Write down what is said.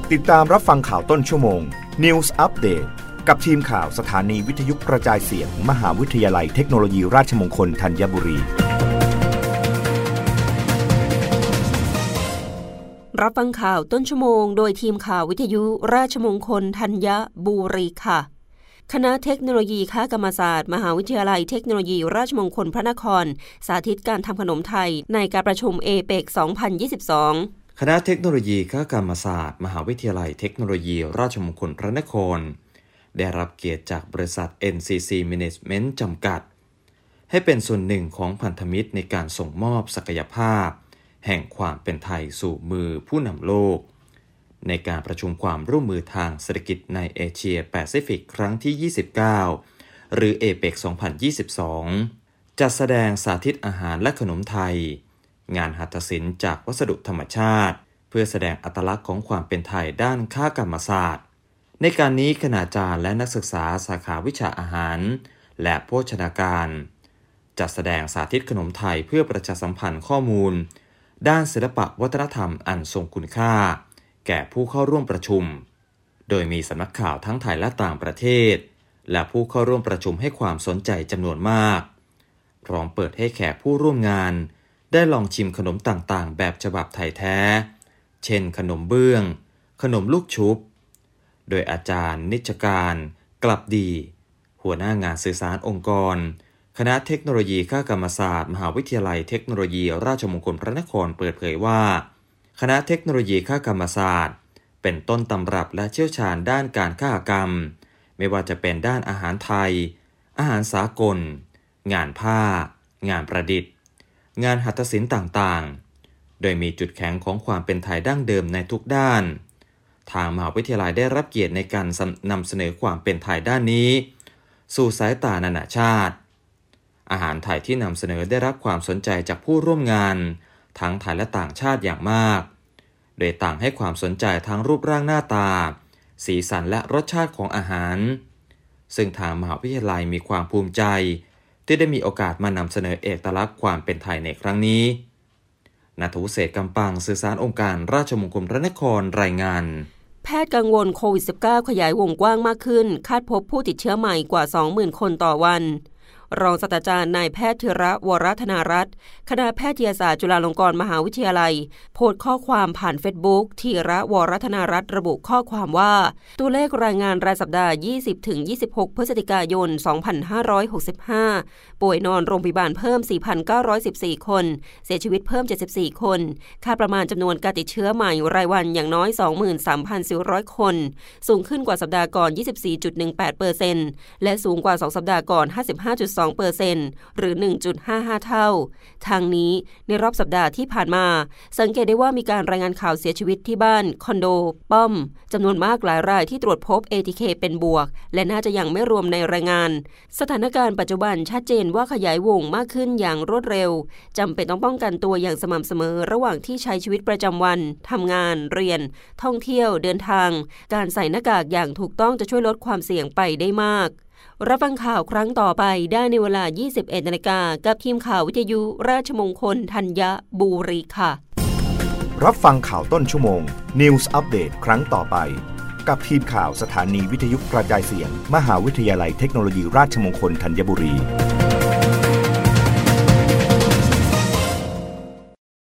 ติดตามรับฟังข่าวต้นชั่วโมง News Update กับทีมข่าวสถานีวิทยุกระจายเสียง มหาวิทยาลัยเทคโนโลยีราชมงคลธัญบุรีรับฟังข่าวต้นชั่วโมงโดยทีมข่าววิทยุราชมงคลธัญบุรีค่ะคณะเทคโนโลยีคกรรมศาสตร์มหาวิทยาลัยเทคโนโลยีราชมงคลพระนครสาธิตการทำขนมไทยในการประชุมเอเปก 2022 คณะเทคโนโลยีคกรรมศาสตร์มหาวิทยาลัยเทคโนโลยีราชมงคลพระนครได้รับเกียรติจากบริษัท NCC Management จำกัดให้เป็นส่วนหนึ่งของพันธมิตรในการส่งมอบศักยภาพแห่งความเป็นไทยสู่มือผู้นำโลกในการประชุมความร่วมมือทางเศรษฐกิจในเอเชียแปซิฟิกครั้งที่ 29 หรือเอเปก 2022 จัดแสดงสาธิตอาหารและขนมไทยงานหัตถศิลป์จากวัสดุธรรมชาติเพื่อแสดงอัตลักษณ์ของความเป็นไทยด้านคกรรมศาสตร์ในการนี้คณาจารย์และนักศึกษาสาขาวิชาอาหารและโภชนาการจัดแสดงสาธิตขนมไทยเพื่อประชาสัมพันธ์ข้อมูลด้านศิลปวัฒนธรรมอันทรงคุณค่าแก่ผู้เข้าร่วมประชุมโดยมีสำนักข่าวทั้งไทยและต่างประเทศและผู้เข้าร่วมประชุมให้ความสนใจจำนวนมากพร้อมเปิดให้แขกผู้ร่วมงานได้ลองชิมขนมต่างๆแบบฉบับไทยแท้เช่นขนมเบื้องขนมลูกชุบโดยอาจารย์นิจการกลับดีหัวหน้างานสื่อสารองค์กรคณะเทคโนโลยีคกรรมศาสตร์มหาวิทยาลัยเทคโนโลยีราชมงคลพระนครเปิดเผยว่าคณะเทคโนโลยีคกรรมศาสตร์เป็นต้นตำรับและเชี่ยวชาญด้านการคกรรมไม่ว่าจะเป็นด้านอาหารไทยอาหารสากลงานผ้างานประดิษฐ์งานหัตถศิลป์ต่างๆโดยมีจุดแข็งของความเป็นไทยดั้งเดิมในทุกด้านทางมหาวิทยาลัยได้รับเกียรติในการนำเสนอความเป็นไทยด้านนี้สู่สายตานานาชาติอาหารไทยที่นำเสนอได้รับความสนใจจากผู้ร่วมงานทั้งไทยและต่างชาติอย่างมากโดยต่างให้ความสนใจทั้งรูปร่างหน้าตาสีสันและรสชาติของอาหารซึ่งทางมหาวิทยาลัยมีความภูมิใจที่ได้มีโอกาสมานำเสนอเอกลักษณ์ความเป็นไทยในครั้งนี้ณัฐวุฒิ เศรษฐ์กำปังสื่อสารองค์การราชมงคลพระนครรายงานแพทย์กังวลโควิด -19 ขยายวงกว้างมากขึ้นคาดพบผู้ติดเชื้อใหม่กว่า 20,000 คนต่อวันรองศาสตราจารย์นายแพทย์ธีระวรธนารัตน์คณะแพทยศาสตร์จุฬาลงกรณ์มหาวิทยาลัยโพสต์ข้อความผ่านเฟซบุ๊กธีระวรธนารัตน์ระบุข้อความว่าตัวเลขรายงานรายสัปดาห์ 20-26 พฤศจิกายน 2565 ป่วยนอนโรงพยาบาลเพิ่ม 4,914 คนเสียชีวิตเพิ่ม 74 คนคาดประมาณจำนวนการติดเชื้อใหม่รายวันอย่างน้อย 23,400 คนสูงขึ้นกว่าสัปดาห์ก่อน 24.18% และสูงกว่า2สัปดาห์ก่อน 55.2% หรือ 1.55 เท่าทางนี้ในรอบสัปดาห์ที่ผ่านมาสังเกตได้ว่ามีการรายงานข่าวเสียชีวิตที่บ้านคอนโดป้อมจำนวนมากหลายรายที่ตรวจพบ ATK เป็นบวกและน่าจะยังไม่รวมในรายงานสถานการณ์ปัจจุบันชัดเจนว่าขยายวงมากขึ้นอย่างรวดเร็วจำเป็นต้องป้องกันตัวอย่างสม่ำเสมอระหว่างที่ใช้ชีวิตประจำวันทำงานเรียนท่องเที่ยวเดินทางการใส่หน้ากากอย่างถูกต้องจะช่วยลดความเสี่ยงไปได้มากรับฟังข่าวครั้งต่อไปได้ในเวลา 21 นาฬิกากับทีมข่าววิทยุราชมงคลธัญบุรีค่ะรับฟังข่าวต้นชั่วโมง News Update ครั้งต่อไปกับทีมข่าวสถานีวิทยุกระจายเสียงมหาวิทยาลัยเทคโนโลยีราชมงคลธัญบุรี